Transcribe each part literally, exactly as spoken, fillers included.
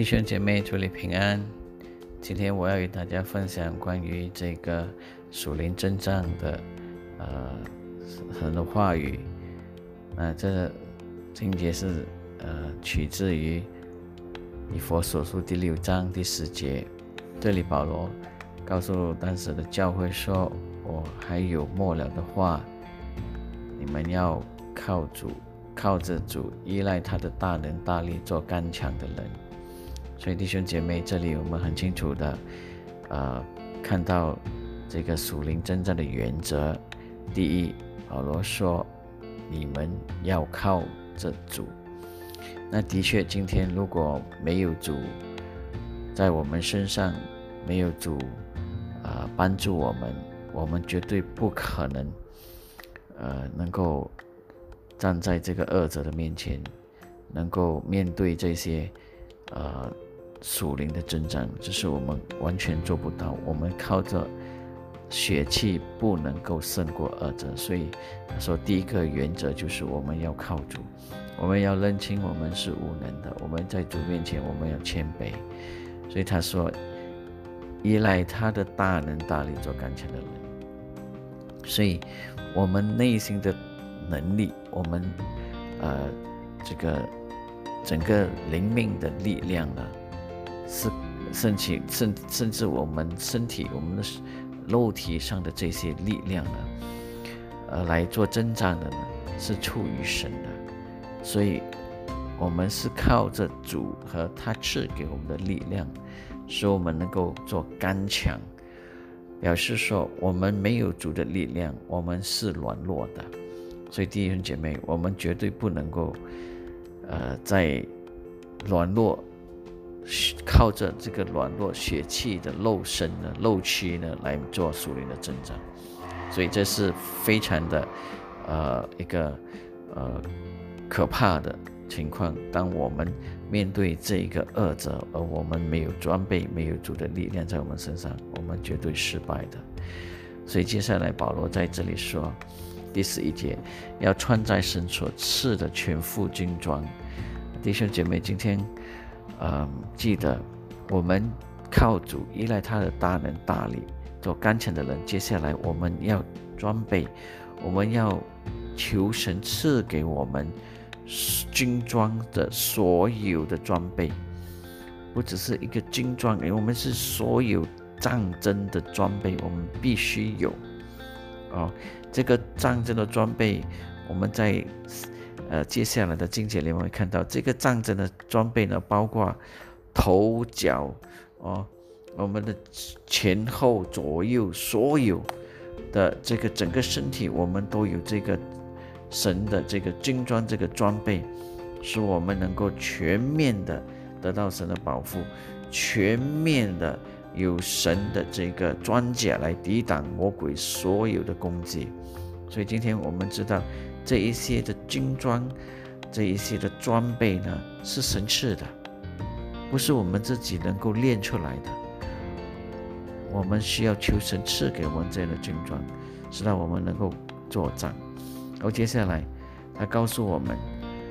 弟兄姐妹，祝你平安。今天我要与大家分享关于这个属灵征战的呃神的话语。那这个经节是呃取自于以弗所书第六章第十节。这里保罗告诉当时的教会说：“我还有末了的话，你们要靠主，靠着主，依赖他的大能大力，做刚强的人。”所以弟兄姐妹，这里我们很清楚的呃看到这个属灵征战的原则。第一，保罗说你们要靠着主。那的确，今天如果没有主在我们身上，没有主呃帮助我们，我们绝对不可能呃能够站在这个恶者的面前，能够面对这些呃属灵的征战，这是我们完全做不到。我们靠着血气不能够胜过恶者，所以他说第一个原则就是我们要靠主，我们要认清我们是无能的，我们在主面前我们要谦卑。所以他说依赖他的大能大力，做刚强的人。所以我们内心的能力，我们呃这个整个灵命的力量呢，是甚至甚甚至我们身体我们的肉体上的这些力量呢，呃来做征战的呢，是出于神的。所以我们是靠着主和他赐给我们的力量，使我们能够做刚强，表示说我们没有主的力量，我们是软弱的。所以弟兄姐妹，我们绝对不能够呃在软弱，靠着这个软弱血气的肉身呢、肉躯呢来做属灵的征战。所以这是非常的呃一个呃可怕的情况。当我们面对这个恶者，而我们没有装备，没有主的力量在我们身上，我们绝对失败的。所以接下来保罗在这里说，第十一节，要穿在神所赐的全副军装。弟兄姐妹，今天呃记得我们靠主，依赖他的大能大力，做刚强的人。接下来我们要装备，我们要求神赐给我们军装的所有的装备，不只是一个军装，我们是所有战争的装备，我们必须有哦。这个战争的装备，我们在呃接下来的经节里面会看到，这个战争的装备呢，包括头脚哦，我们的前后左右所有的这个整个身体，我们都有这个神的这个军装，这个装备，使我们能够全面的得到神的保护，全面的有神的这个装甲来抵挡魔鬼所有的攻击。所以今天我们知道这一些的军装，这一些的装备呢，是神赐的，不是我们自己能够练出来的。我们需要求神赐给我们这样的军装，使到我们能够作战。然后接下来他告诉我们，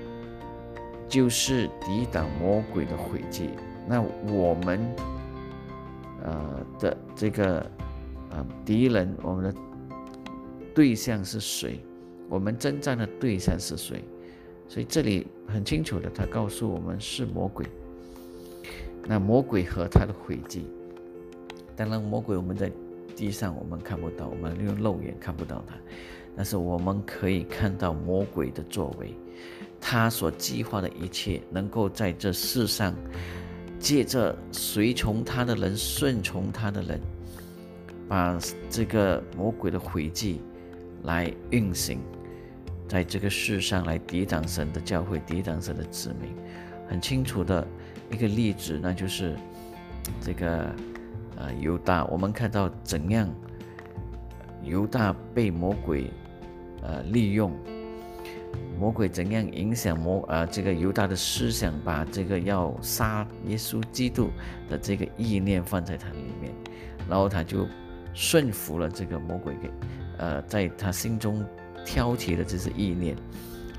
就是抵挡魔鬼的诡计。那我们呃的这个呃敌人，我们的对象是谁？我们征战的对象是谁？所以这里很清楚的，他告诉我们是魔鬼。那魔鬼和他的诡计，当然魔鬼我们在地上我们看不到，我们用肉眼看不到他，但是我们可以看到魔鬼的作为，他所计划的一切，能够在这世上借着随从他的人、顺从他的人，把这个魔鬼的诡计来运行在这个世上，来抵挡神的教会，抵挡神的子民。很清楚的一个例子，那就是这个呃犹大。我们看到怎样犹大被魔鬼呃利用，魔鬼怎样影响魔呃这个犹大的思想，把这个要杀耶稣基督的这个意念放在他里面，然后他就顺服了这个魔鬼给呃在他心中挑起的这些意念，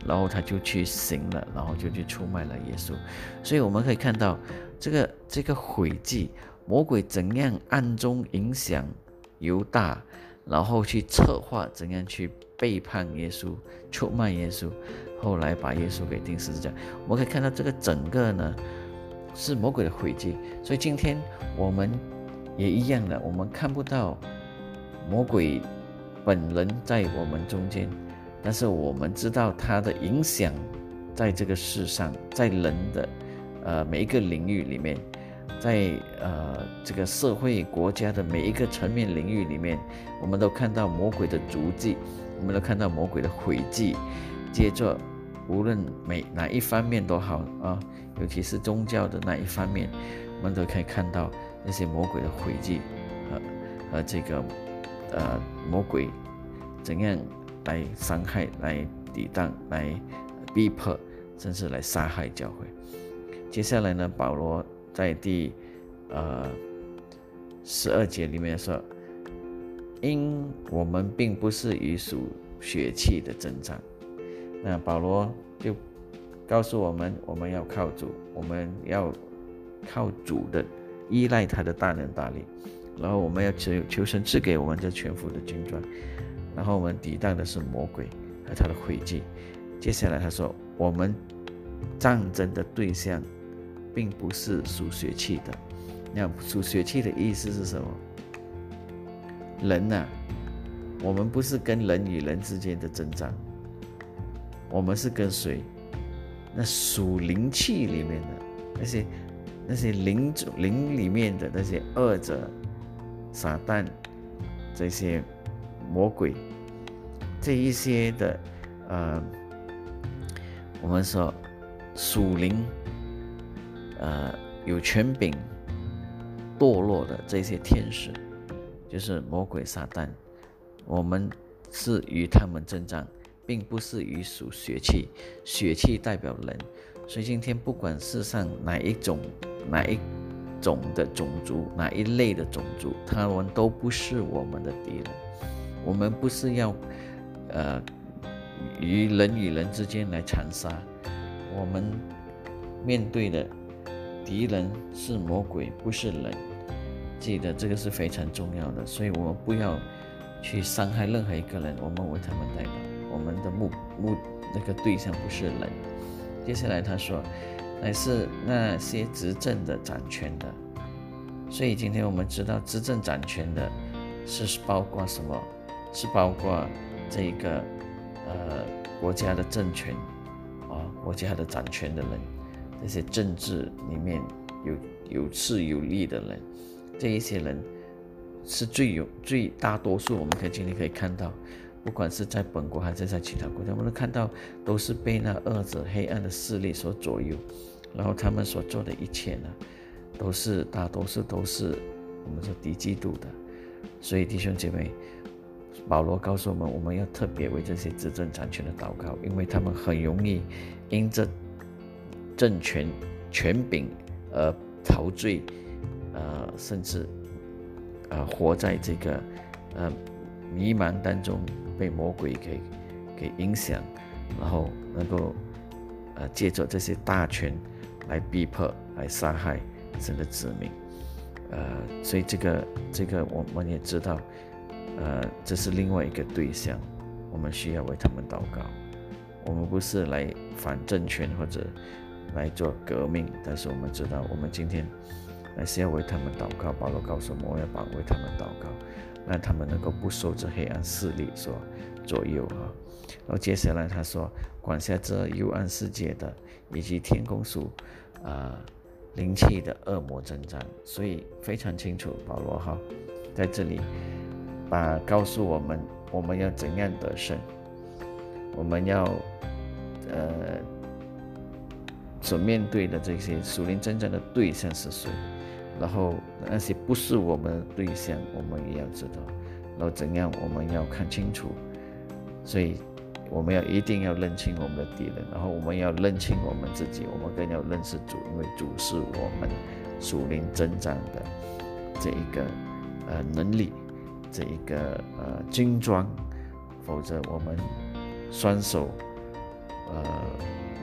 然后他就去行了，然后就去出卖了耶稣。所以我们可以看到这个这个诡计，魔鬼怎样暗中影响犹大，然后去策划怎样去背叛耶稣，出卖耶稣，后来把耶稣给钉十字架。我们可以看到这个整个呢是魔鬼的诡计。所以今天我们也一样的，我们看不到魔鬼本人在我们中间，但是我们知道他的影响在这个世上，在人的呃每一个领域里面，在呃这个社会国家的每一个层面领域里面，我们都看到魔鬼的足迹，我们都看到魔鬼的诡计。接着无论每哪一方面都好啊，尤其是宗教的那一方面，我们都可以看到那些魔鬼的诡计和和这个呃魔鬼怎样来伤害、来抵挡、来逼迫，甚至来杀害教会。接下来呢，保罗在第呃十二节里面说，因我们并不是与属血气的征战。那保罗就告诉我们，我们要靠主，我们要靠主的依赖他的大能大力，然后我们要求求神赐给我们这全副的军装，然后我们抵挡的是魔鬼和他的诡计。接下来他说，我们战争的对象并不是属血气的。那属血气的意思是什么？人啊，我们不是跟人与人之间的征战，我们是跟谁？那属灵气里面的那些那些灵灵里面的那些恶者、撒旦、这些魔鬼，这一些的呃，我们说属灵呃有权柄堕落的这些天使，就是魔鬼撒旦，我们是与他们征战，并不是与属血气。血气代表人，所以今天不管世上哪一种哪一种的种族，哪一类的种族，他们都不是我们的敌人。我们不是要呃与人与人之间来残杀，我们面对的敌人是魔鬼，不是人。记得这个是非常重要的，所以我们不要去伤害任何一个人，我们为他们代祷，我们的目目那个对象不是人。接下来他说，乃是那些执政的、掌权的。所以今天我们知道执政掌权的是包括什么？是包括这个呃国家的政权啊，国家的掌权的人，这些政治里面有有势有力的人，这一些人是最有最大多数，我们可以今天可以看到，不管是在本国还是在其他国家，我们都看到都是被那恶者黑暗的势力所左右，然后他们所做的一切呢，都是大多数都是我们说敌基督的。所以弟兄姐妹，保罗告诉我们，我们要特别为这些执政掌权的祷告，因为他们很容易因这政权权柄而陶醉，呃，甚至呃活在这个呃迷茫当中，被魔鬼给给影响，然后能够呃借着这些大权来逼迫、来杀害神的子民。呃，所以这个这个我们也知道，呃，这是另外一个对象，我们需要为他们祷告。我们不是来反政权或者来做革命，但是我们知道，我们今天还是要为他们祷告。保罗告诉我们，我要帮为他们祷告，让他们能够不受这黑暗势力所左右啊。然后接下来他说，管辖这幽暗世界的，以及天空属啊。呃灵气的恶魔征战，所以非常清楚，保罗哈在这里把告诉我们，我们要怎样得胜，我们要呃所面对的这些属灵征战的对象是谁，然后那些不是我们的对象，我们也要知道，然后怎样我们要看清楚，所以我们要一定要认清我们的敌人，然后我们要认清我们自己，我们更要认识主，因为主是我们属灵征战的这一个呃能力，这一个呃军装，否则我们双手呃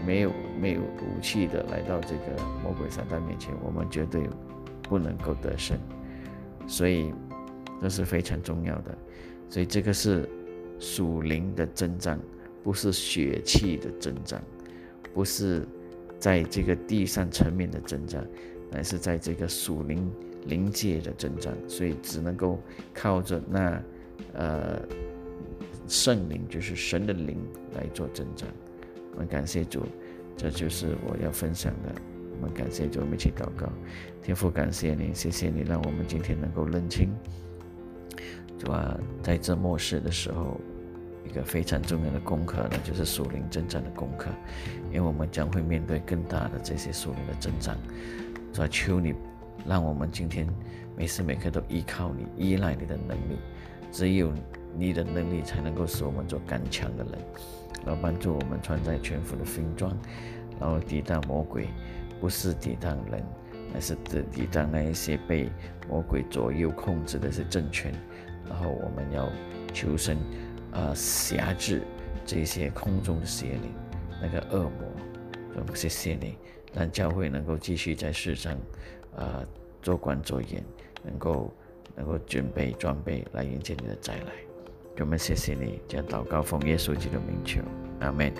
没有没有武器的来到这个魔鬼撒旦面前，我们绝对不能够得胜。所以这是非常重要的。所以这个是属灵的征战，不是血气的征战，不是在这个地上层面的征战，乃是在这个属灵灵界的征战。所以只能够靠着那呃圣灵，就是神的灵来做征战。我们感谢主，这就是我要分享的。我们感谢主，我们一起祷告。天父，感谢你，谢谢你让我们今天能够认清主啊，在这末世的时候，一个非常重要的功课呢，就是属灵征战的功课。因为我们将会面对更大的这些属灵的征战。主啊，求你让我们今天每时每刻都依靠你，依赖你的能力。只有你的能力才能够使我们做刚强的人，然后帮助我们穿在全副的军装，然后抵挡魔鬼，不是抵挡人，而是抵挡那一些被魔鬼左右控制的是政权。然后我们要求神呃辖制这些空中的邪灵，那个恶魔。我们谢谢你，让教会能够继续在世上呃做官做盐，能够能够准备装备来迎接你的再来。我们谢谢你，这样祷告奉耶稣基督的名求，阿们。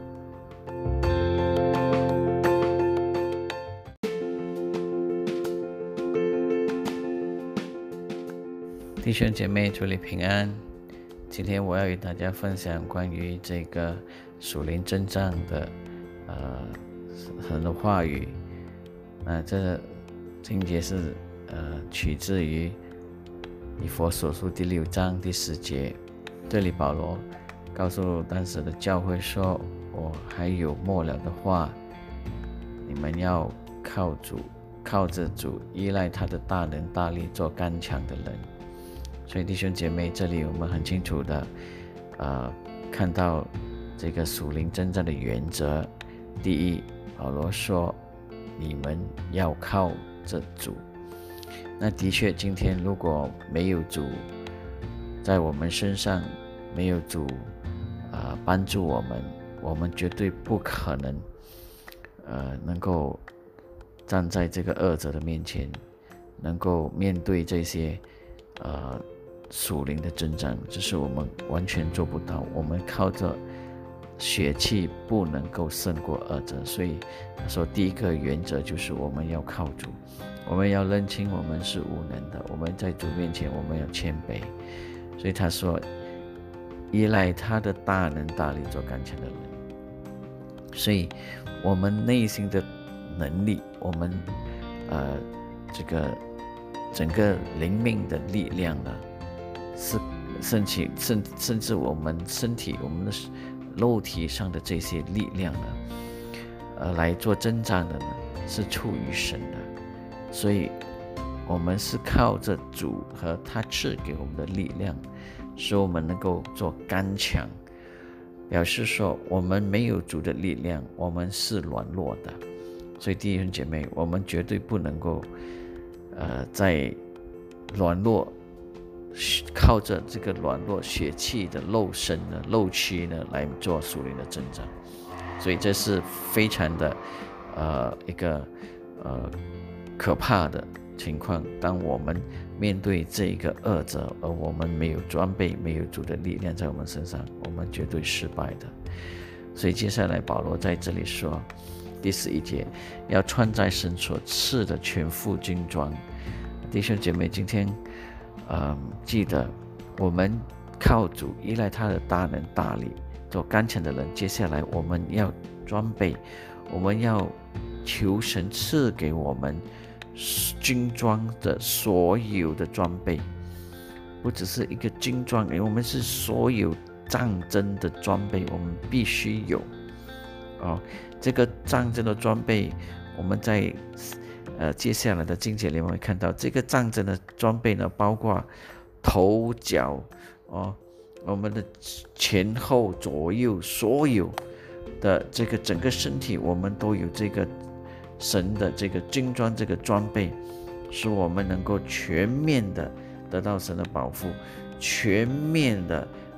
弟兄姐妹，祝你平安。今天我要与大家分享关于这个属灵征战的呃神的话语。那这经节是呃取自于以弗所书第六章第十节。这里保罗告诉当时的教会说，我还有末了的话，你们要靠主，靠着主，依赖他的大能大力，做刚强的人。所以弟兄姐妹，这里我们很清楚的呃看到这个属灵征战的原则。第一，保罗说你们要靠着主。那的确，今天如果没有主在我们身上，没有主呃帮助我们，我们绝对不可能呃能够站在这个恶者的面前，能够面对这些呃属灵的征战，这是我们完全做不到。我们靠着血气不能够胜过恶者。所以他说第一个原则就是我们要靠主，我们要认清我们是无能的，我们在主面前我们要谦卑。所以他说依赖他的大能大力做刚强的人。所以我们内心的能力，我们呃这个整个灵命的力量呢，是甚至甚甚至我们身体我们的肉体上的这些力量呢，呃来做征战的呢，是出于神的。所以我们是靠着主和他赐给我们的力量，使我们能够做刚强，表示说我们没有主的力量，我们是软弱的。所以弟兄姐妹，我们绝对不能够呃在软弱，靠着这个软弱血气的肉身呢、肉躯呢来做属灵的征战。所以这是非常的呃一个呃可怕的情况。当我们面对这个恶者，而我们没有装备，没有主的力量在我们身上，我们绝对失败的。所以接下来保罗在这里说第十一节，要穿在神所赐的全副军装。弟兄姐妹，今天呃记得我们靠主，依赖他的大能大力，做刚强的人。接下来我们要装备，我们要求神赐给我们军装的所有的装备，不只是一个军装，我们是所有战争的装备，我们必须有哦。这个战争的装备，我们在呃接下来的经节里面会看到，这个战争的装备呢，包括头脚哦，我们的前后左右所有的这个整个身体，我们都有这个神的这个军装，这个装备，使我们能够全面的得到神的保护，全面的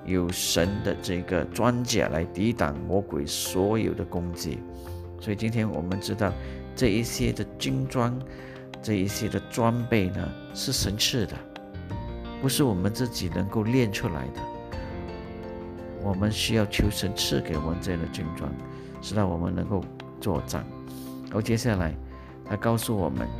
有神的这个装甲来抵挡魔鬼所有的攻击。所以今天我们知道这一些的军装，这一些的装备呢，是神赐的，不是我们自己能够练出来的。我们需要求神赐给我们这样的军装，使到我们能够作战。然后接下来他告诉我们，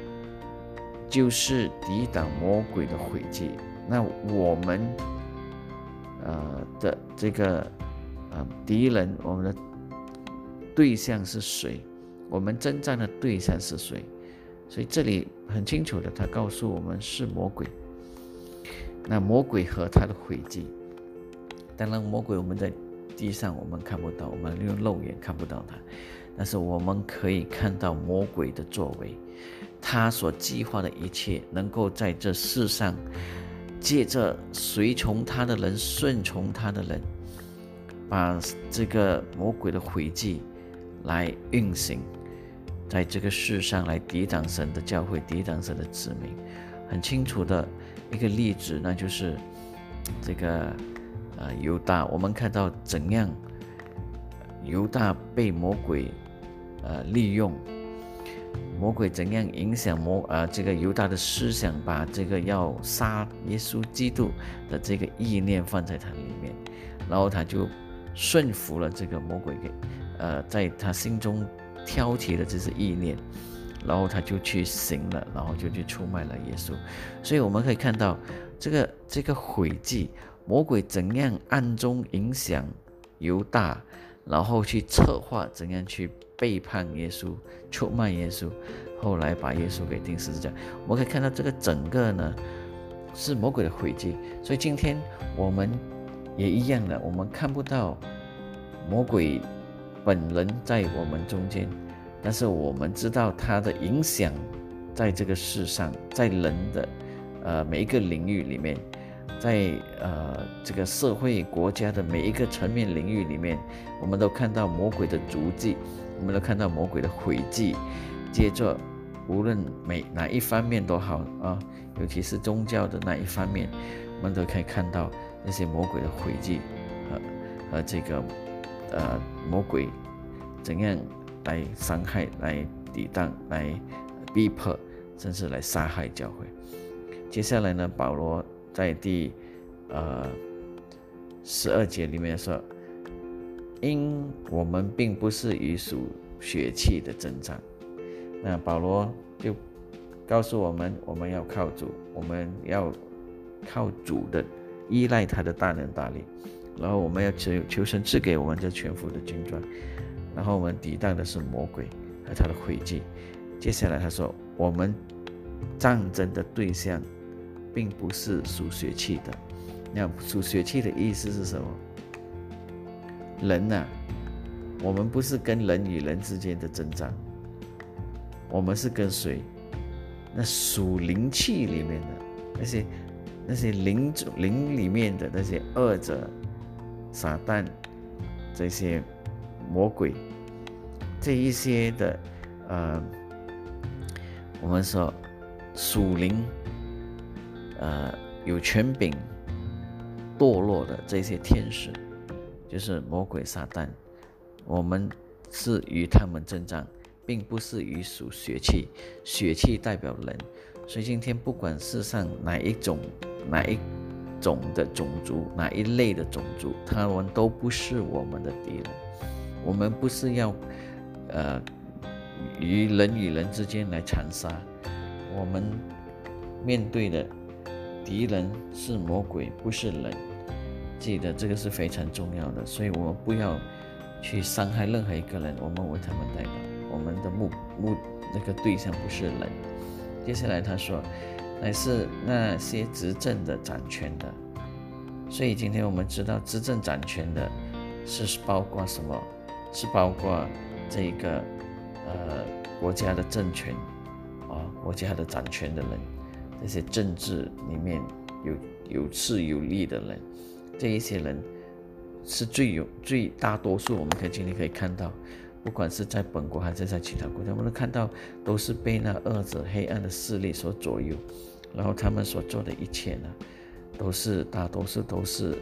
就是抵挡魔鬼的诡计。那我们呃的这个呃敌人，我们的对象是谁？我们征战的对象是谁？所以这里很清楚的，他告诉我们是魔鬼。那魔鬼和他的诡计，当然魔鬼我们在地上我们看不到，我们用肉眼看不到他，但是我们可以看到魔鬼的作为，他所计划的一切能够在这世上借着随从他的人，顺从他的人，把这个魔鬼的诡计来运行在这个世上，来抵挡神的教会，抵挡神的子民。很清楚的一个例子，那就是这个呃犹大。我们看到怎样犹大被魔鬼呃利用，魔鬼怎样影响魔呃这个犹大的思想，把这个要杀耶稣基督的这个意念放在他里面，然后他就顺服了这个魔鬼给呃在他心中挑起的这些意念，然后他就去行了，然后就去出卖了耶稣。所以我们可以看到这个这个诡计，魔鬼怎样暗中影响犹大，然后去策划怎样去背叛耶稣，出卖耶稣，后来把耶稣给钉十字架。我们可以看到这个整个呢是魔鬼的诡计。所以今天我们也一样的，我们看不到魔鬼本人在我们中间，但是我们知道他的影响在这个世上，在人的呃每一个领域里面，在呃这个社会国家的每一个层面领域里面，我们都看到魔鬼的足迹，我们都看到魔鬼的诡计。接着无论每哪一方面都好啊，尤其是宗教的那一方面，我们都可以看到那些魔鬼的诡计和和这个呃魔鬼怎样来伤害、来抵挡、来逼迫，甚至来杀害教会。接下来呢，保罗在第呃十二节里面说，因我们并不是与属血气的征战。那保罗就告诉我们，我们要靠主，我们要靠主的依赖他的大能大力，然后我们要求求神赐给我们这全副的军装，然后我们抵挡的是魔鬼和他的诡计。接下来他说，我们战争的对象并不是属血气的。那属血气的意思是什么？人啊，我们不是跟人与人之间的征战，我们是跟谁？那属灵气里面的那些那些灵灵里面的那些恶者、撒旦、这些魔鬼，这一些的呃，我们说属灵呃有权柄堕落的这些天使，就是魔鬼撒旦，我们是与他们征战，并不是与属血气。血气代表人，所以今天不管世上哪一种哪一种的种族，哪一类的种族，他们都不是我们的敌人。我们不是要呃与人与人之间来残杀，我们面对的敌人是魔鬼，不是人。记得这个是非常重要的，所以我们不要去伤害任何一个人，我们为他们代祷，我们的目目那个对象不是人。接下来他说，乃是那些执政的掌权的。所以今天我们知道执政掌权的是包括什么？是包括这个呃国家的政权啊，国家的掌权的人，这些政治里面有有势有力的人，这一些人是最有最大多数，我们可以今天可以看到，不管是在本国还是在其他国家，我们都看到都是被那恶者黑暗的势力所左右，然后他们所做的一切呢，都是大多数都是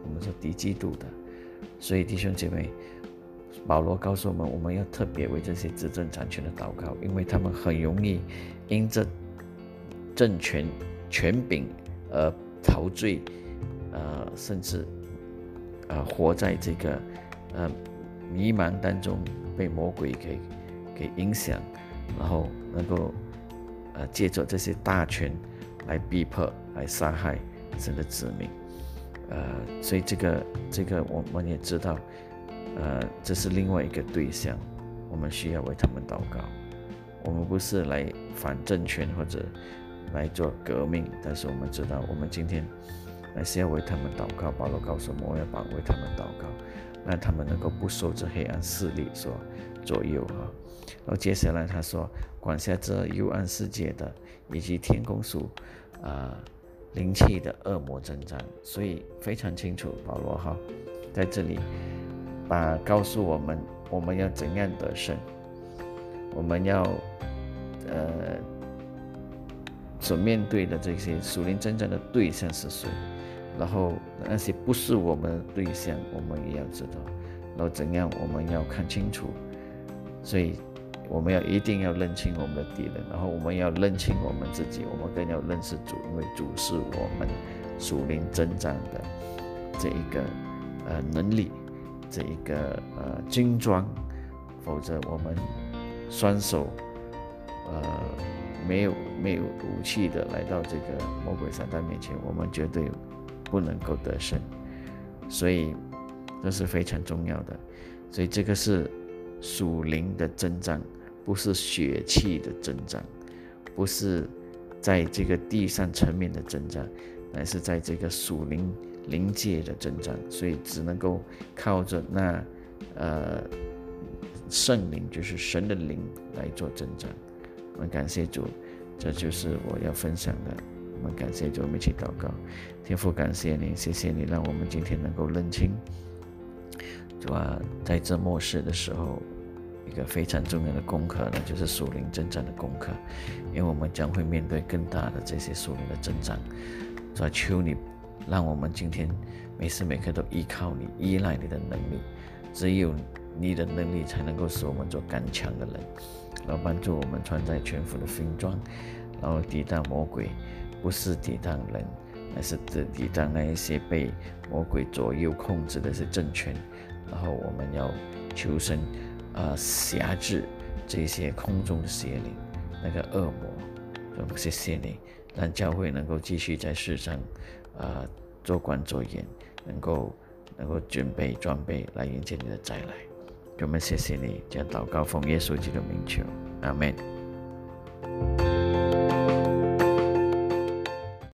我们是敌基督的。所以弟兄姐妹，保罗告诉我们，我们要特别为这些执政掌权的祷告，因为他们很容易因着政权权柄而陶醉，呃，甚至呃活在这个呃迷茫当中，被魔鬼给给影响，然后能够呃借着这些大权来逼迫、来杀害神的子民。呃，所以这个这个我们也知道，呃，这是另外一个对象，我们需要为他们祷告。我们不是来反政权或者来做革命，但是我们知道，我们今天还是要为他们祷告。保罗告诉我们，我要为他们祷告，让他们能够不受这黑暗势力所左右啊。然后接下来他说，管辖这幽暗世界的以及天空属啊。灵气的恶魔征战，所以非常清楚，保罗哈在这里把告诉我们，我们要怎样得胜，我们要呃所面对的这些属灵征战的对象是谁，然后那些不是我们的对象，我们也要知道，然后怎样我们要看清楚，所以我们要一定要认清我们的敌人，然后我们要认清我们自己，我们更要认识主，因为主是我们属灵征战的这一个呃能力，这一个呃军装，否则我们双手呃没有没有武器的来到这个魔鬼撒旦面前，我们绝对不能够得胜，所以这是非常重要的。所以这个是属灵的征战，不是血气的征战，不是在这个地上层面的征战，乃是在这个属灵灵界的征战。所以只能够靠着那呃圣灵，就是神的灵来做征战。我们感谢主，这就是我要分享的。我们感谢主，我们一起祷告。天父，感谢你，谢谢你让我们今天能够认清主啊，在这末世的时候，一个非常重要的功课呢，就是属灵征战的功课，因为我们将会面对更大的这些属灵的征战。主啊，求你让我们今天每时每刻都依靠你，依赖你的能力，只有你的能力才能够使我们做刚强的人，然后帮助我们穿在全副的军装，然后抵挡魔鬼，不是抵挡人，而是抵挡那一些被魔鬼左右控制的这些政权。然后我们要求神呃辖制这些空中的邪灵，那个恶魔。谢谢你，让教会能够继续在世上呃做官做盐，能够能够准备装备来迎接你的再来。我们谢谢你，将祷告奉耶稣基督名求，阿们。